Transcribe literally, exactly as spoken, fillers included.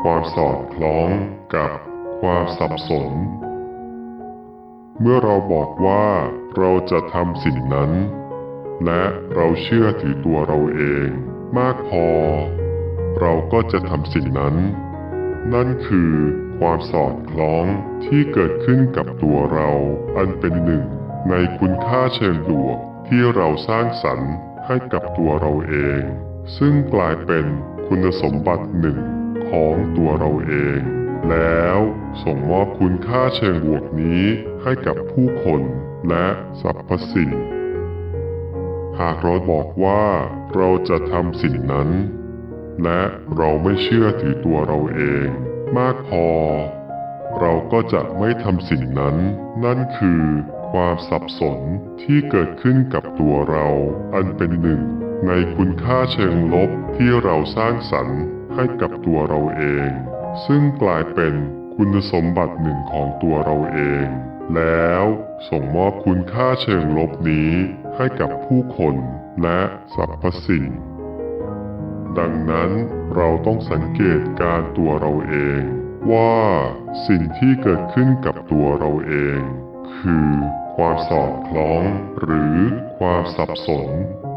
ความสอดคล้องกับความสับสนเมื่อเราบอกว่าเราจะทำสิ่งนั้นและเราเชื่อถือตัวเราเองมากพอเราก็จะทำสิ่งนั้นนั่นคือความสอดคล้องที่เกิดขึ้นกับตัวเราอันเป็นหนึ่งในคุณค่าเชิงบวกที่เราสร้างสรรค์ให้กับตัวเราเองซึ่งกลายเป็นคุณสมบัติหนึ่งของตัวเราเองแล้วส่งมอบคุณค่าเชิงบวกนี้ให้กับผู้คนและสรรพสิ่งหากเราบอกว่าเราจะทำสิ่งนั้นและเราไม่เชื่อถือตัวเราเองมากพอเราก็จะไม่ทำสิ่งนั้นนั่นคือความสับสนที่เกิดขึ้นกับตัวเราอันเป็นหนึ่งในคุณค่าเชิงลบที่เราสร้างสรรค์ให้กับตัวเราเองซึ่งกลายเป็นคุณสมบัติหนึ่งของตัวเราเองแล้วส่งมอบคุณค่าเชิงลบนี้ให้กับผู้คนและสรรพสิ่งดังนั้นเราต้องสังเกตการตัวเราเองว่าสิ่งที่เกิดขึ้นกับตัวเราเองคือความสอดคล้องหรือความสับสน